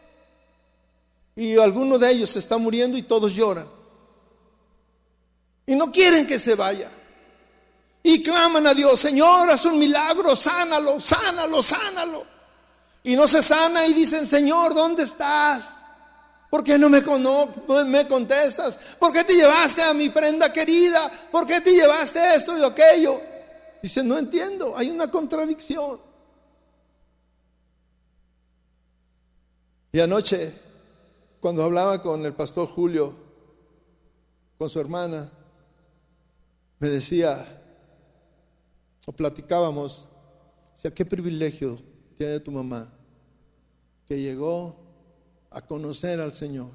Y alguno de ellos se está muriendo y todos lloran. Y no quieren que se vaya. Y claman a Dios, Señor, haz un milagro, sánalo, sánalo, sánalo. Y no se sana y dicen, Señor, ¿dónde estás? ¿Por qué no me contestas? ¿Por qué te llevaste a mi prenda querida? ¿Por qué te llevaste esto y aquello? Dice, no entiendo, hay una contradicción. Y anoche, cuando hablaba con el pastor Julio, con su hermana, me decía, o platicábamos, decía, qué privilegio tiene tu mamá, que llegó a conocer al Señor.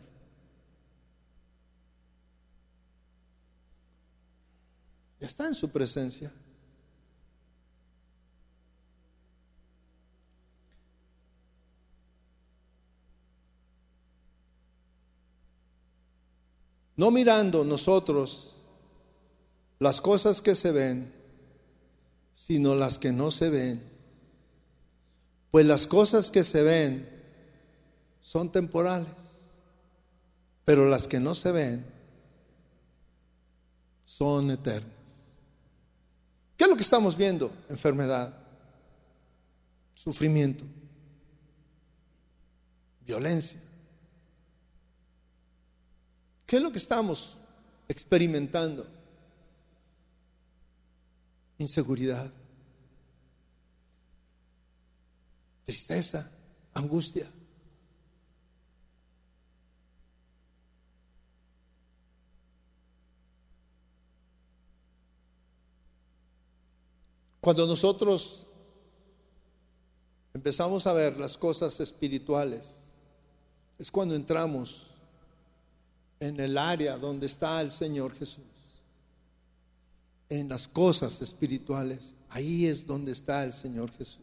Ya está en su presencia. No mirando nosotros las cosas que se ven, sino las que no se ven. Pues las cosas que se ven son temporales, pero las que no se ven son eternas. ¿Qué es lo que estamos viendo? Enfermedad, sufrimiento, violencia. ¿Qué es lo que estamos experimentando? Inseguridad, tristeza, angustia. Cuando nosotros empezamos a ver las cosas espirituales, es cuando entramos en el área donde está el Señor Jesús. En las cosas espirituales, ahí es donde está el Señor Jesús.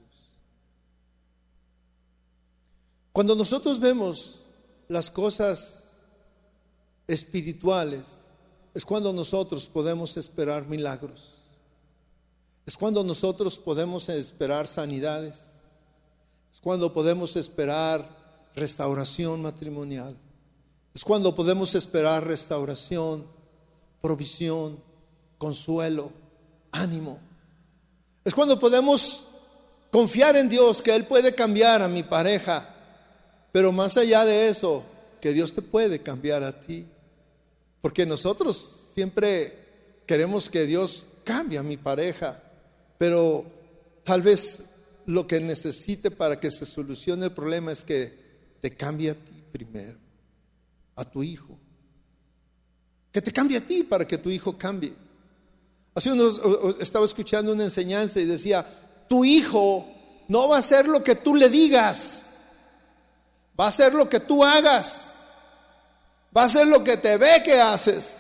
Cuando nosotros vemos las cosas espirituales, es cuando nosotros podemos esperar milagros. Es cuando nosotros podemos esperar sanidades. Es cuando podemos esperar restauración matrimonial. Es cuando podemos esperar restauración, provisión, consuelo, ánimo. Es cuando podemos confiar en Dios, que Él puede cambiar a mi pareja. Pero más allá de eso, que Dios te puede cambiar a ti. Porque nosotros siempre queremos que Dios cambie a mi pareja, pero tal vez lo que necesite para que se solucione el problema es que te cambie a ti primero, a tu hijo. Que te cambie a ti para que tu hijo cambie. Hace unos estaba escuchando una enseñanza y decía, tu hijo no va a hacer lo que tú le digas, va a hacer lo que tú hagas, va a hacer lo que te ve que haces.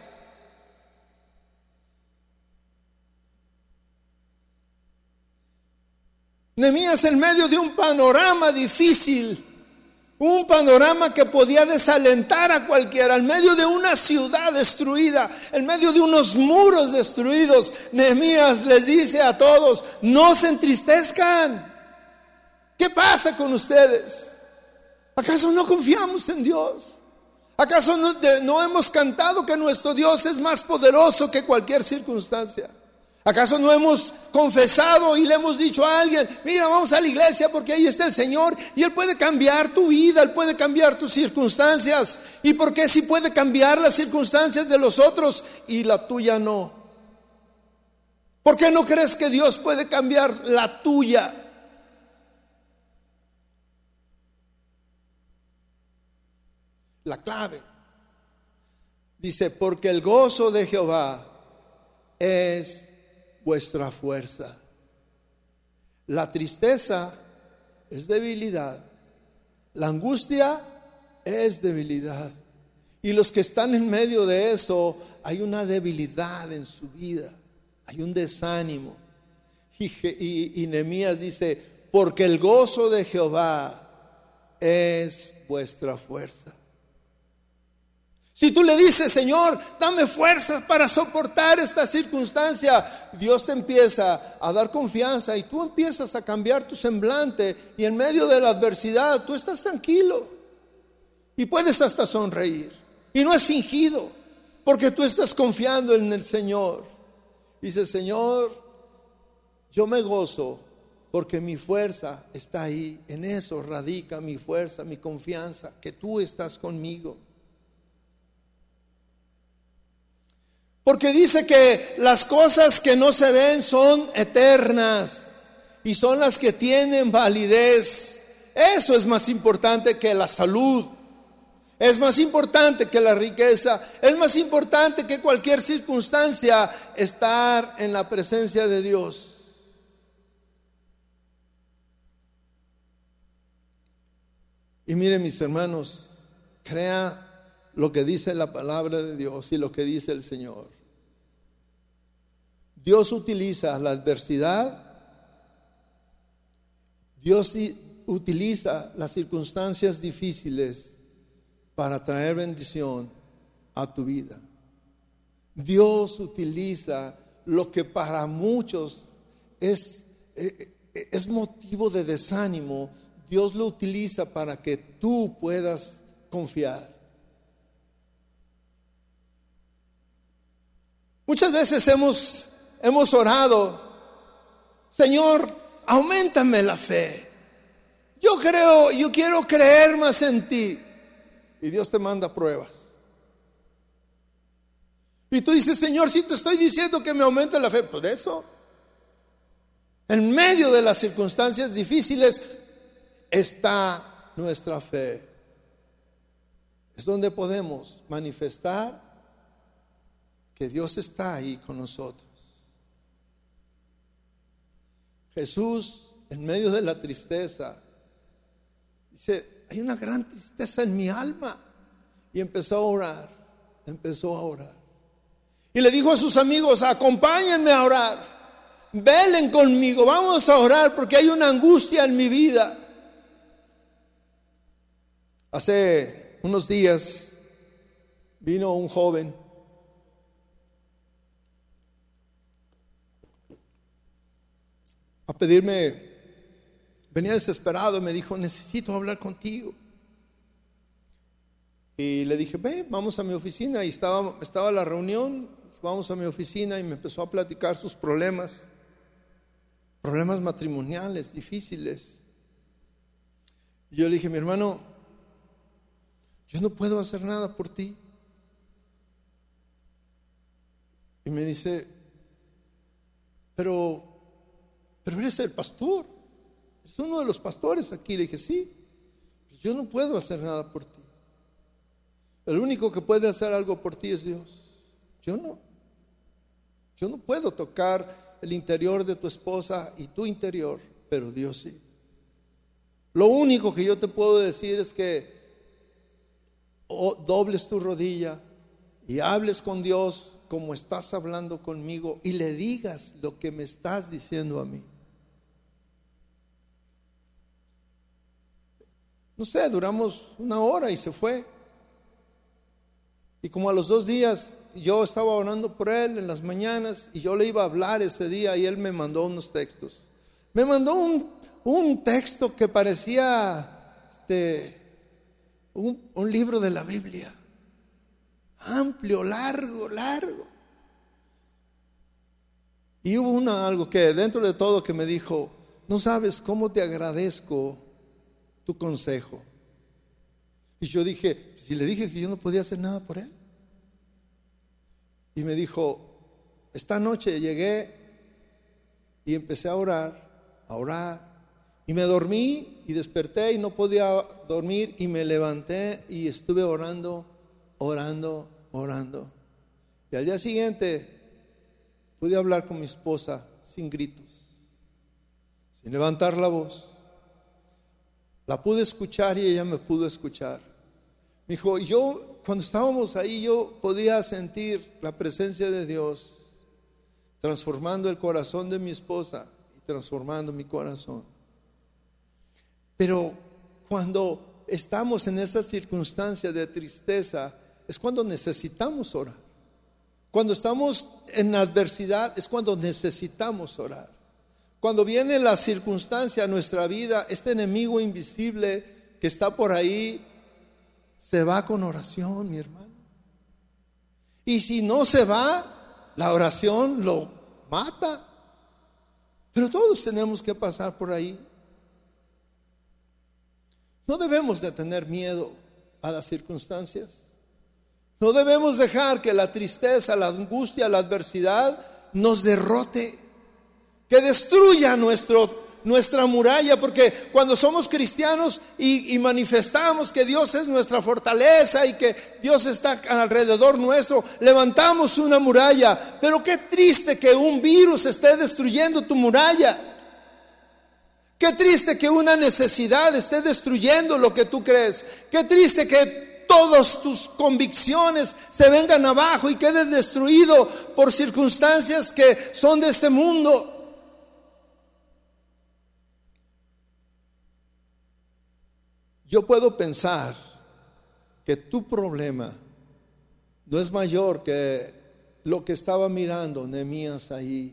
Nehemías, en medio de un panorama difícil, un panorama que podía desalentar a cualquiera, en medio de una ciudad destruida, en medio de unos muros destruidos, Nehemías les dice a todos, no se entristezcan. ¿Qué pasa con ustedes? ¿Acaso no confiamos en Dios? ¿Acaso no hemos cantado que nuestro Dios es más poderoso que cualquier circunstancia? ¿Acaso no hemos confesado y le hemos dicho a alguien, mira, vamos a la iglesia porque ahí está el Señor y Él puede cambiar tu vida, Él puede cambiar tus circunstancias? ¿Y por qué si puede cambiar las circunstancias de los otros y la tuya no? ¿Por qué no crees que Dios puede cambiar la tuya? La clave dice, porque el gozo de Jehová es vuestra fuerza. La tristeza es debilidad, la angustia es debilidad, y los que están en medio de eso, hay una debilidad en su vida, hay un desánimo. Y Nehemías dice, porque el gozo de Jehová es vuestra fuerza. Si tú le dices, Señor, dame fuerzas para soportar esta circunstancia, Dios te empieza a dar confianza y tú empiezas a cambiar tu semblante, y en medio de la adversidad tú estás tranquilo y puedes hasta sonreír, y no es fingido, porque tú estás confiando en el Señor. Dice, Señor, yo me gozo porque mi fuerza está ahí, en eso radica mi fuerza, mi confianza, que tú estás conmigo. Porque dice que las cosas que no se ven son eternas y son las que tienen validez. Eso es más importante que la salud. Es más importante que la riqueza. Es más importante que cualquier circunstancia estar en la presencia de Dios. Y miren, mis hermanos, crea lo que dice la palabra de Dios y lo que dice el Señor. Dios utiliza la adversidad. Dios utiliza las circunstancias difíciles para traer bendición a tu vida. Dios utiliza lo que para muchos es motivo de desánimo. Dios lo utiliza para que tú puedas confiar. Muchas veces hemos orado: Señor, auméntame la fe. Yo quiero creer más en ti. Y Dios te manda pruebas. Y tú dices: Señor, si te estoy diciendo que me aumente la fe. Por eso, en medio de las circunstancias difíciles está nuestra fe. Es donde podemos manifestar que Dios está ahí con nosotros. Jesús, en medio de la tristeza, dice: hay una gran tristeza en mi alma. Y empezó a orar. Y le dijo a sus amigos: acompáñenme a orar. Velen conmigo, vamos a orar porque hay una angustia en mi vida. Hace unos días vino un joven a pedirme. Venía desesperado y me dijo: necesito hablar contigo. Y le dije: ven, vamos a mi oficina. Y estaba la reunión. Vamos a mi oficina y me empezó a platicar sus problemas matrimoniales difíciles. Y yo le dije: mi hermano, yo no puedo hacer nada por ti. Y me dice: pero eres el pastor. Es uno de los pastores aquí. Le dije: sí, yo no puedo hacer nada por ti. El único que puede hacer algo por ti es Dios. Yo no puedo tocar el interior de tu esposa y tu interior, pero Dios sí. Lo único que yo te puedo decir es que dobles tu rodilla y hables con Dios como estás hablando conmigo y le digas lo que me estás diciendo a mí. No sé, duramos una hora y se fue. Y como a los 2 días yo estaba orando por él en las mañanas y yo le iba a hablar ese día y él me mandó unos textos. Me mandó un texto que parecía un libro de la Biblia. Amplio, largo. Y hubo algo que dentro de todo que me dijo: no sabes cómo te agradezco tu consejo. Y yo dije: si le dije que yo no podía hacer nada por él. Y me dijo: esta noche llegué y empecé a orar. Y me dormí y desperté y no podía dormir. Y me levanté y estuve orando. Y al día siguiente pude hablar con mi esposa sin gritos, sin levantar la voz. La pude escuchar y ella me pudo escuchar. Me dijo: yo cuando estábamos ahí yo podía sentir la presencia de Dios transformando el corazón de mi esposa y transformando mi corazón. Pero cuando estamos en esa circunstancia de tristeza es cuando necesitamos orar. Cuando estamos en adversidad es cuando necesitamos orar. Cuando viene la circunstancia a nuestra vida, este enemigo invisible que está por ahí se va con oración, mi hermano. Y si no se va, la oración lo mata. Pero todos tenemos que pasar por ahí. No debemos de tener miedo a las circunstancias. No debemos dejar que la tristeza, la angustia, la adversidad nos derrote, que destruya nuestra muralla, porque cuando somos cristianos y manifestamos que Dios es nuestra fortaleza y que Dios está alrededor nuestro, levantamos una muralla. Pero qué triste que un virus esté destruyendo tu muralla. Qué triste que una necesidad esté destruyendo lo que tú crees. Qué triste que todas tus convicciones se vengan abajo y queden destruido por circunstancias que son de este mundo. Yo puedo pensar que tu problema no es mayor que lo que estaba mirando Nehemías ahí,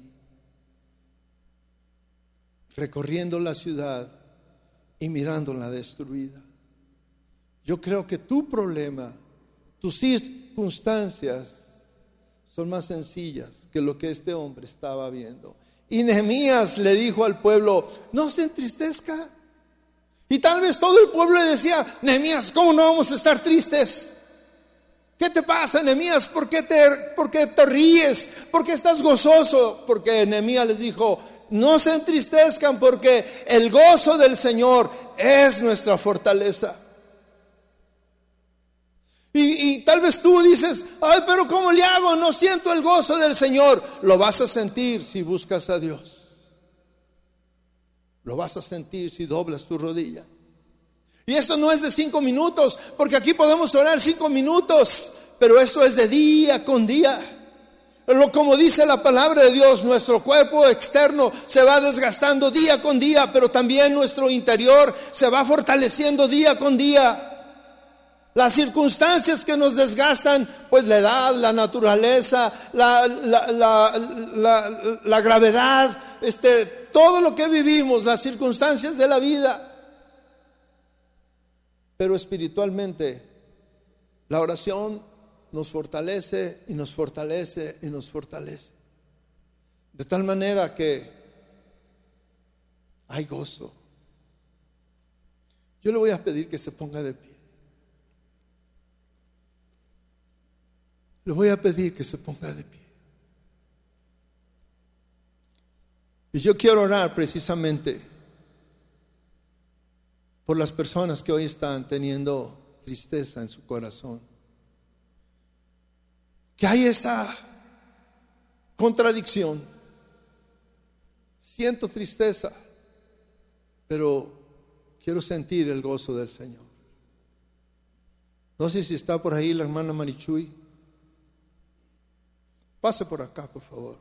recorriendo la ciudad y mirándola destruida. Yo creo que tu problema, tus circunstancias son más sencillas que lo que este hombre estaba viendo. Y Nehemías le dijo al pueblo: no se entristezca. Y tal vez todo el pueblo le decía: Nehemías, ¿cómo no vamos a estar tristes? ¿Qué te pasa, Nehemías? ¿Por qué te ríes? ¿Por qué estás gozoso? Porque Nehemías les dijo: no se entristezcan, porque el gozo del Señor es nuestra fortaleza. Y tal vez tú dices: ay, pero ¿cómo le hago? No siento el gozo del Señor. Lo vas a sentir si buscas a Dios. Lo vas a sentir si doblas tu rodilla. Y esto no es de 5 minutos, porque aquí podemos orar 5 minutos, pero esto es de día con día. Como dice la palabra de Dios, nuestro cuerpo externo se va desgastando día con día, pero también nuestro interior se va fortaleciendo día con día. Las circunstancias que nos desgastan, pues la edad, la naturaleza, la gravedad, todo lo que vivimos, las circunstancias de la vida. Pero espiritualmente, la oración nos fortalece y nos fortalece y nos fortalece. De tal manera que hay gozo. Yo le voy a pedir que se ponga de pie. Le voy a pedir que se ponga de pie. Y yo quiero orar precisamente por las personas que hoy están teniendo tristeza en su corazón. Que hay esa contradicción. Siento tristeza, pero quiero sentir el gozo del Señor. No sé si está por ahí la hermana Marichuy. Pase por acá, por favor.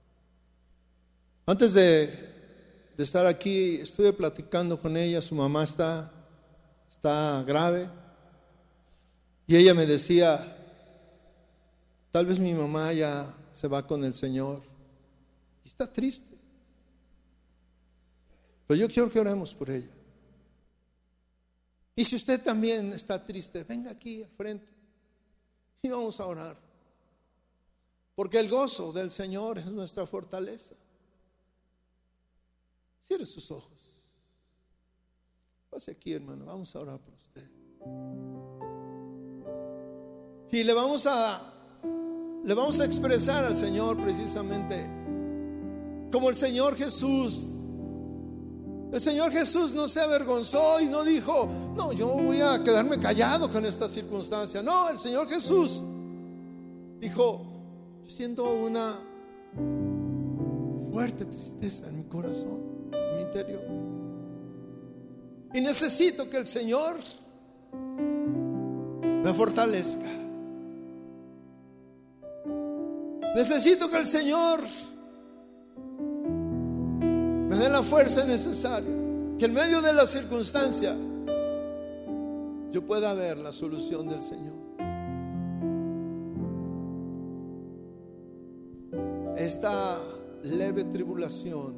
Antes de estar aquí, estuve platicando con ella. Su mamá está grave. Y ella me decía: tal vez mi mamá ya se va con el Señor. Y está triste. Pero yo quiero que oremos por ella. Y si usted también está triste, venga aquí al frente y vamos a orar. Porque el gozo del Señor es nuestra fortaleza. Cierre sus ojos. Pase aquí, hermano. Vamos a orar por usted. Y le vamos a expresar al Señor precisamente como el Señor Jesús. El Señor Jesús no se avergonzó y no dijo: no, yo voy a quedarme callado con esta circunstancia. No, el Señor Jesús dijo: siento una fuerte tristeza en mi corazón, en mi interior, y necesito que el Señor me fortalezca. Necesito que el Señor me dé la fuerza necesaria, que en medio de la circunstancia yo pueda ver la solución del Señor. Esta leve tribulación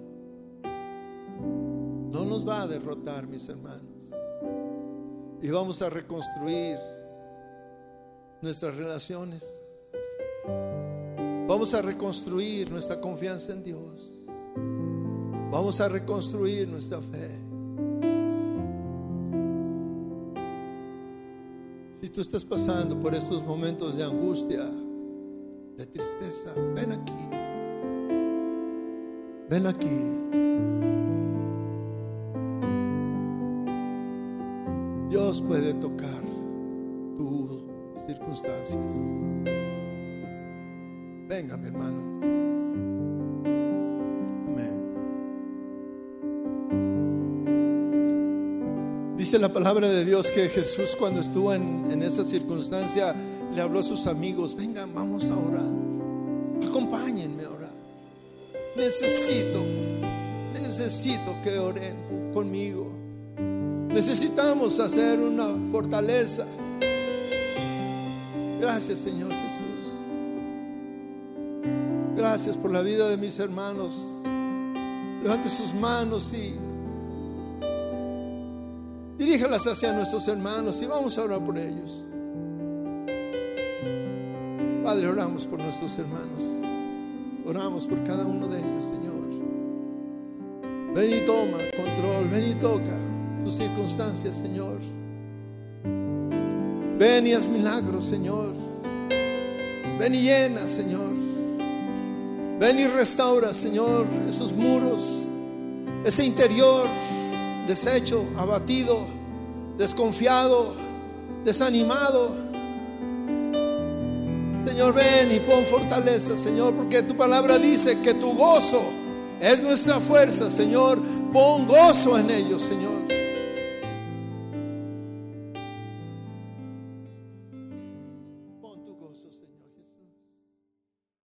no nos va a derrotar, mis hermanos, y vamos a reconstruir nuestras relaciones. Vamos a reconstruir nuestra confianza en Dios. Vamos a reconstruir nuestra fe. Si tú estás pasando por estos momentos de angustia, de tristeza, ven aquí. Ven aquí. Dios puede tocar tus circunstancias. Venga, mi hermano. Amén. Dice la palabra de Dios que Jesús, cuando estuvo en esa circunstancia, le habló a sus amigos: vengan, vamos a orar. Acompáñenme a orar. Necesito que oren conmigo. Necesitamos hacer una fortaleza. Gracias, Señor Jesús. Gracias por la vida de mis hermanos. Levante sus manos y diríjalas hacia nuestros hermanos y vamos a orar por ellos. Padre, oramos por nuestros hermanos. Oramos por cada uno de ellos, Señor. Ven y toma control, ven y toca sus circunstancias, Señor. Ven y haz milagros, Señor. Ven y llena, Señor. Ven y restaura, Señor, esos muros, ese interior deshecho, abatido, desconfiado, desanimado. Señor, ven y pon fortaleza, Señor, porque tu palabra dice que tu gozo es nuestra fuerza, Señor. Pon gozo en ellos, Señor.